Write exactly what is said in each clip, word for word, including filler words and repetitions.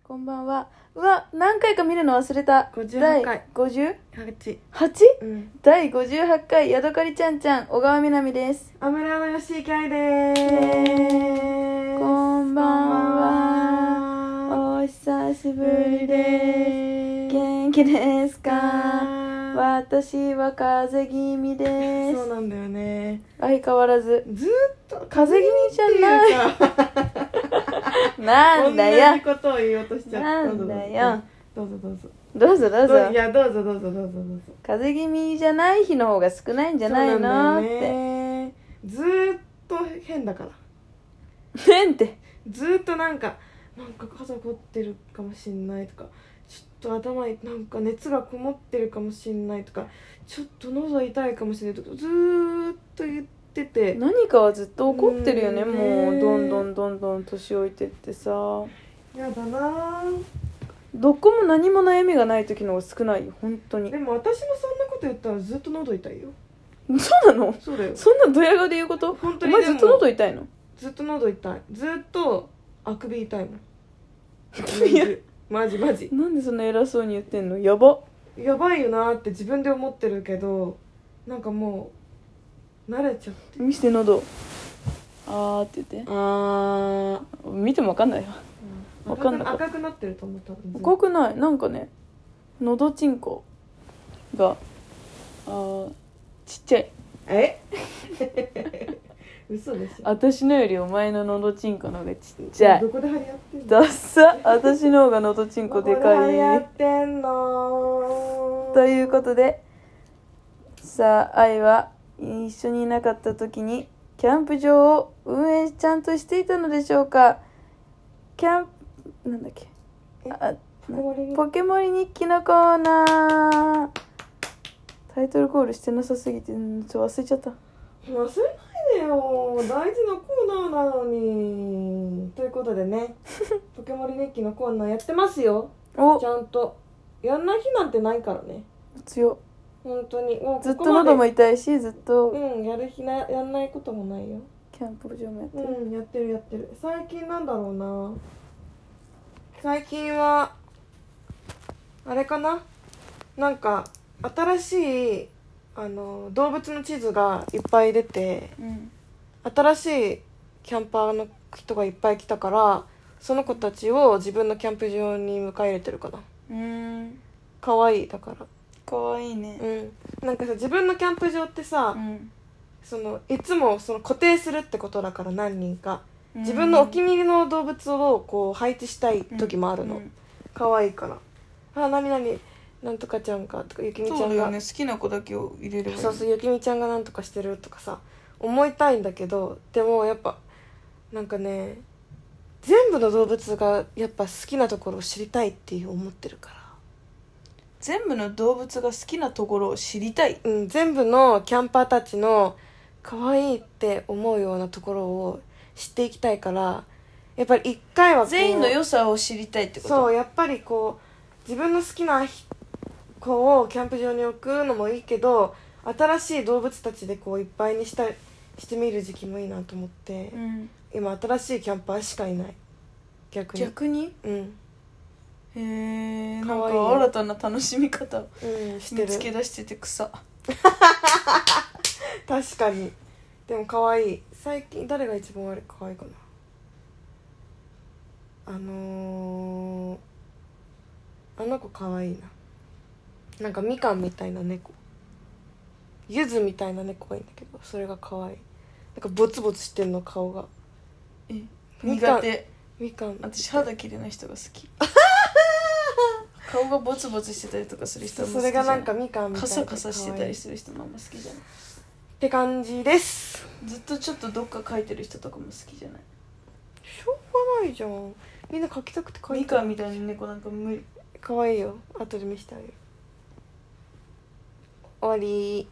こんばんは。うわ、何回か見るの忘れた。 ごじゅうはちかい。 だいごじゅうはち。 はち? うん。 だいごじゅうはちかい、ヤドカリちゃんちゃん、小川みなみです。 アムラのよしいきあいでーす。 こんばんは。 は。 お久しぶりです。元気ですか？私は風邪気味です。 そうなんだよね。 相変わらず。 ずーっと風邪気味じゃない。なんだよ。 同じことを言おうとしちゃった。 なんだよ。 どうぞどうぞ。 どうぞどうぞ。 いや、どうぞどうぞどうぞどうぞ。 風邪気味じゃない日の方が少ないんじゃないのって。 ずーっと変だから。 変って。 ずーっとなんかなんか肩凝ってるかもしんないとか、ちょっと頭になんか熱がこもってるかもしんないとか、ちょっと喉痛いかもしれないとか、ずーっと言ってて、 何かはずっと起こってるよね。 うんもうどんどんどんどん年老いてってさ、 やだなぁ。 どこも何も悩みがない時の方が少ないよ、本当に。 でも私もそんなこと言ったらずっと喉痛いよ。 そうなの？ そうだよ。 そんなドヤ顔で言うこと？ 本当に。 お前ずっと喉痛いの？ ずっと喉痛い。ずっとあくび痛いもん。 いやマジマジ。 なんでそんな偉そうに言ってんの？やば。 やばいよなって自分で思ってるけど、なんかもう慣れちゃって。 見して喉。あーって言って。 あー、 見ても分かんないわ。 うん、 わかんなかった。 赤くなってると思った。 赤くない。なんかね、喉チンコがあーちっちゃい。 え嘘でしょ。 私のよりお前の喉チンコの方がちっちゃい。 どこで張り合ってんの？ ダッサ。私の方が喉チンコでかい。 どこで張り合ってんの？ ということで、さあ愛は一緒にいなかった時にキャンプ場を運営ちゃんとしていたのでしょうか。キャンプなんだっけ、あポケモリ日記のコーナー。タイトルコールしてなさすぎてちょっと忘れちゃった。 忘れないでよ、大事なコーナーなのに。ということでねポケモリ日記のコーナーやってますよ。 おちゃんとやんない日なんてないからね。 強本当にもうずっと喉も痛いし、ずっとうんやる日なやんないこともないよ。 キャンプ場もやってる。 うんやってるやってる。最近なんだろうな。最近はあれかな、なんか新しいあの動物の地図がいっぱい出て、 うん、 新しいキャンパーの人がいっぱい来たから、その子たちを自分のキャンプ場に迎え入れてるかな。 うーん、 かわいい。だからかわいいね。 うん、なんかさ、自分のキャンプ場ってさ、 うん、 そのいつもその固定するってことだから、何人か自分のお気に入りの動物をこう配置したい時もあるの。可愛いから、あ、何々なんとかちゃんかとか、ゆきみちゃんがそうだよね、好きな子だけを入れればいい。 そうそう、ゆきみちゃんがなんとかしてるとかさ思いたいんだけど、でもやっぱなんかね、全部の動物がやっぱ好きなところを知りたいっていう思ってるから。 全部の動物が好きなところを知りたい。 うん、全部のキャンパーたちの可愛いって思うようなところを知っていきたいから、やっぱり一回はこう全員の良さを知りたいってこと。 そう、やっぱりこう自分の好きな子をキャンプ場に置くのもいいけど、新しい動物たちでこういっぱいにしたしてみる時期もいいなと思って、 うん、 今新しいキャンパーしかいない。逆に逆に、 うんへえ、なんかわいいよか新たな楽しみ方をうんしてる。 見つけ出してて草。 確かに。でも可愛い。最近誰が一番あれ可愛いかな。あのー、あの子可愛いな。なんかみかんみたいな猫、ゆずみたいな猫がいいんだけど、それが可愛い。なんかボツボツしてんの顔が。 え、 みかん苦手。 みかん。 私肌綺麗な人が好き。顔がボツボツしてたりとかする人はそれがなんかみかんみたいなカサカサしてたりする人もあんま好きじゃないって感じです。 ずっとちょっとどっか描いてる人とかも好きじゃない。 しょうがないじゃん、みんな描きたくて描いてる。 ミカみたいな猫なんか無理。 可愛いよ、後で見せてあげる。終わり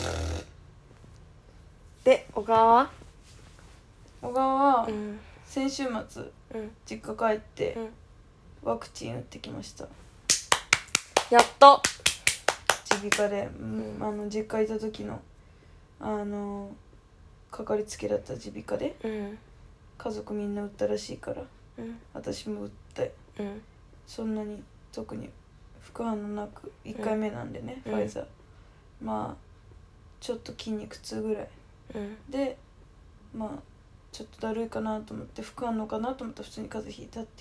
で、小川は小川は、 うん、 先週末、 うん、 実家帰って、 うん、 ワクチン打ってきました。 やっと耳鼻科で、 うん、 あの実家いた時のあのかかりつけだった耳鼻科で、 うん、 家族みんな打ったらしいから、 うん、 私も打って、 うん、 そんなに特に副反応なくいっかいめなんでね、 うん、 ファイザーまあちょっと筋肉痛ぐらい、 うん、でまあちょっとだるいかなと思って副反応かなと思ったら普通に風邪ひいたっていう。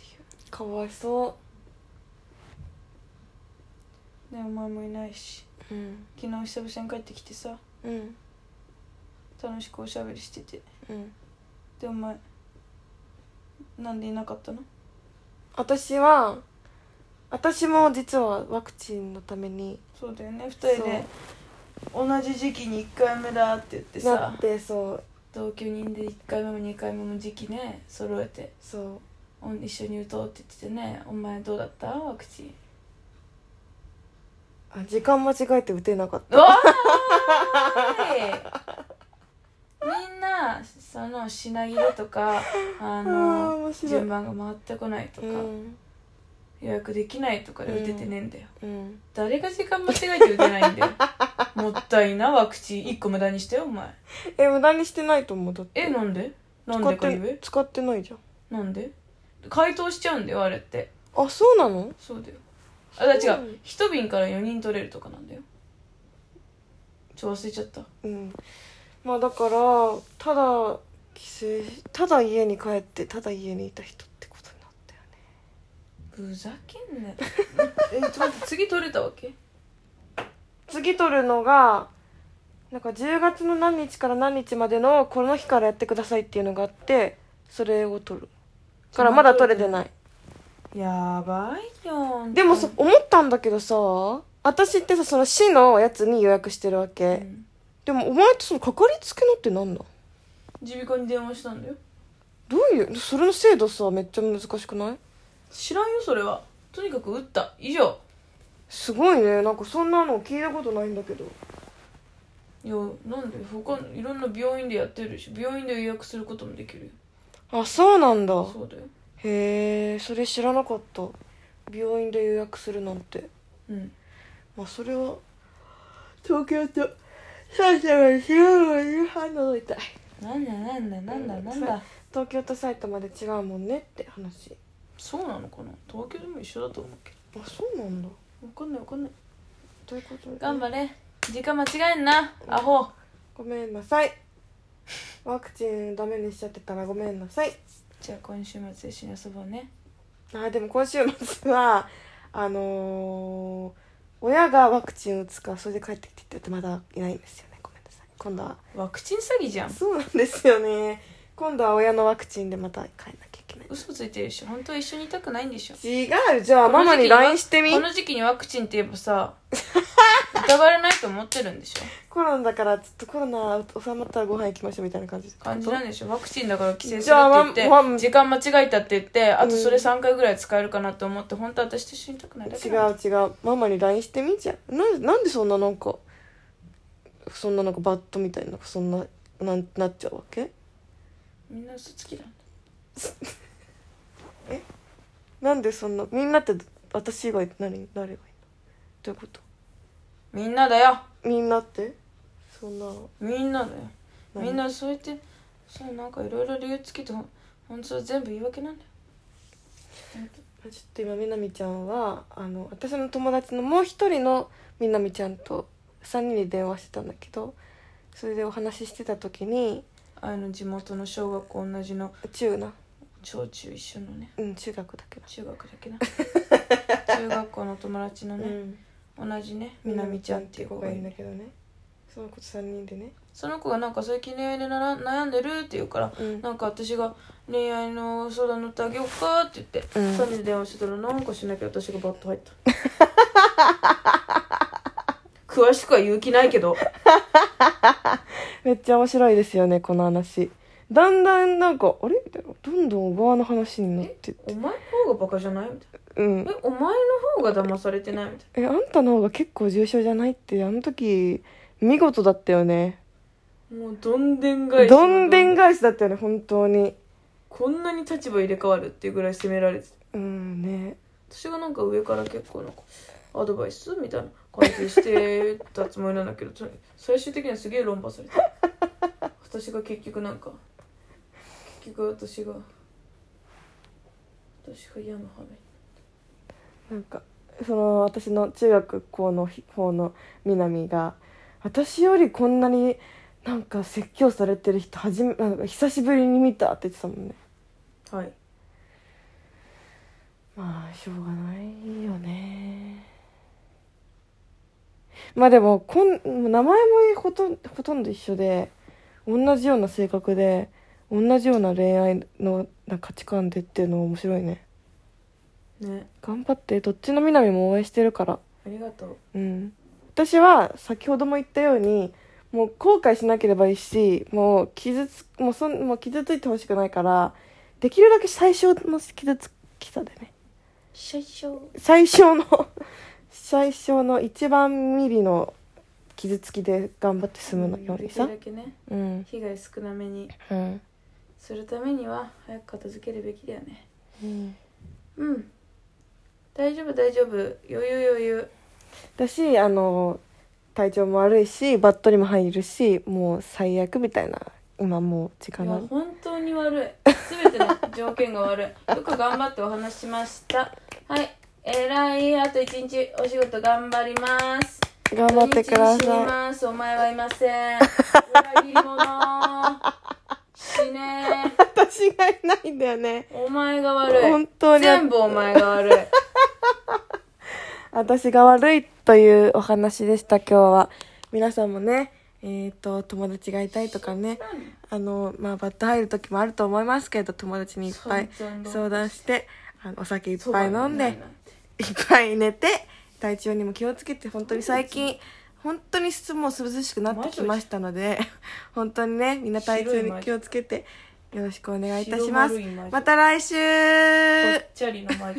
かわいそね、お前もいないし、 う、うん、 昨日久々に帰ってきてさ、 うん、 楽しくおしゃべりしてて、 うん、 でお前なんでいなかったの？ 私は私も実はワクチンのためにそうだよね、ふたりで同じ時期にいっかいめだって言ってさなってそう同居人でいっかいめもにかいめも時期ね揃えてそう一緒に打とうって言っててね。お前どうだったワクチン？ あ時間間違えて打てなかっおーたみんなその品切れとかあの順番が回ってこないとか、うん、予約できないとかで打ててねえんだよ、 うんうん、 誰が時間間違えて打てないんだよもったいなワクチンいっこ無駄にしてよお前。 え無駄にしてないと思う。だってえなんでなんでか言え。 使ってないじゃん。 なんで解凍しちゃうんだよあれって。 あそうなの。 そうだよ。あだ違う一瓶からよにん取れるとかなんだよ。ちょ忘れちゃった。うんまあだからただ帰省ただ家に帰ってただ家にいた人ってことになったよね。ふざけんなよえちょっと待って次取れたわけ。 次取るのがなんかじゅうがつの何日から何日までのこの日からやってくださいっていうのがあってそれを取るからまだ取れてない。 やばいよ。 でもそ思ったんだけどさ私ってさその市のやつに予約してるわけ、うん、でもお前ってそのかかりつけのって何だ。 耳鼻科に電話したんだよ。 どういうそれの制度さめっちゃ難しくない。 知らんよそれは。とにかく打った以上。 すごいね。なんかそんなの聞いたことないんだけど。 いやなんで他いろんな病院でやってるし病院で予約することもできるよ。 あそうなんだ。 そうだよ。 へえそれ知らなかった。病院で予約するなんて。うんまあそれは東京と埼玉で違うもんね。あの痛い。 なんだなんだなんだなんだ。 東京と埼玉で違うもんねって話。 そうなのかな。東京でも一緒だと思うけど。あそうなんだ。 わかんないわかんない。 どういうこと。 頑張れ。時間間違えんなアホ。 ごめんなさい。ワクチンダメにしちゃってたらごめんなさい。 じゃあ今週末一緒に遊ぼうね。 あでも今週末はあのー、親がワクチン打つかそれで帰ってきてって言ってまだいないんですよね。ごめんなさい。今度はワクチン詐欺じゃん。 そうなんですよね。今度は親のワクチンでまた帰んなきゃいけない。 嘘ついてるでしょ。本当は一緒にいたくないんでしょ。 違う。じゃあママに ライン してみ。 この時期にワクチンって言えばさ疑われないと思ってるんでしょ。 コロナだからちょっとコロナ収まったらご飯行きましょうみたいな感じ感じなんでしょ。ワクチンだから帰省するって言って、まま、時間間違えたって言ってあとそれさんかいぐらい使えるかなと思って、うん、本当は私と一緒にいたくないだけなんだ。 違う違うママに ライン してみ。じゃん。な, なんでそんななんかそんななんかバットみたいなそんな な, なっちゃうわけ。 みんな嘘つきなんだえなんでそんなみんなって私以外何誰がいいの。どういうこと。 みんなだよ。みんなってそんなみんなだよ。みんなそうやってそうなんかいろいろ理由つけてほんとは全部言い訳なんだよ。 ちょっと今みなみちゃんはあの私の友達のもう一人のみなみちゃんとさんにんに電話してたんだけどそれでお話ししてた時にあの地元の小学校同じの中な小中一緒のねうん中学だけど中学だけな中学校の友達のね、うん、同じねみなみちゃんっていう子がいるんだけどねその子とさんにんでねその子がなんか最近恋愛でなら悩んでるって言うから、うん、なんか私が恋愛の相談乗ってあげようかって言って、うん、さんにんで電話してたらなんかしなきゃ私がバッと入った詳しくは言う気ないけどめっちゃ面白いですよねこの話。だんだんなんかあれみたいなどんどん小川の話になってってお前の方がバカじゃないみたいな、うん、えお前の方が騙されてないみたいなえあんたの方が結構重症じゃないってあの時見事だったよね。 もうどんでん返しどんでん返しだったよね本当に。 こんなに立場入れ替わるっていうぐらい責められてた。うんね私がなんか上から結構なんかアドバイスみたいな感じしてたつもりなんだけど最終的にはすげえ論破されて私が結局なんか結局私が私が病む羽なんかその私の中学校の方の南が私よりこんなになんか説教されてる人はじめなんか久しぶりに見たって言ってたもんね。 はい。 まあしょうがないよね。まあでもこん名前もほとんほとんど一緒で同じような性格で同じような恋愛の価値観でっていうの面白いね。 ね。 頑張って。どっちの南も応援してるから。 ありがとう。うん。私は先ほども言ったようにもう後悔しなければいいし、もう傷つもうそんもう傷ついてほしくないから、できるだけ最小の傷つきさでね。 最初。 最小の最小の一番ミリの傷つきで頑張って済むのよりさ。 できるだけね。 うん。 被害少なめにうんするためには早く片付けるべきだよね。 うん。 うん。大丈夫大丈夫。余裕余裕。 だしあの体調も悪いしバットにも入るしもう最悪みたいな今もう時間いやが本当に悪い。すべての条件が悪い。よく頑張ってお話ししました。はい。えらい。あと一日お仕事頑張ります。 頑張ってくだ土日に死にさます。お前はいません。裏切り者。死ね。 私がいないんだよね。 お前が悪い。 本当に全部お前が悪い。 私が悪いというお話でした今日は。皆さんもねえっと友達がいたいとかね、あのまあバット入る時もあると思いますけど、友達にいっぱい相談してあのお酒いっぱい飲んでいっぱい寝て体調にも気をつけて、本当に最近本当にもう涼しくなってきましたので本当にねみんな体調に気をつけてよろしくお願いいたします。また来週。 ぽっちゃりの魔女。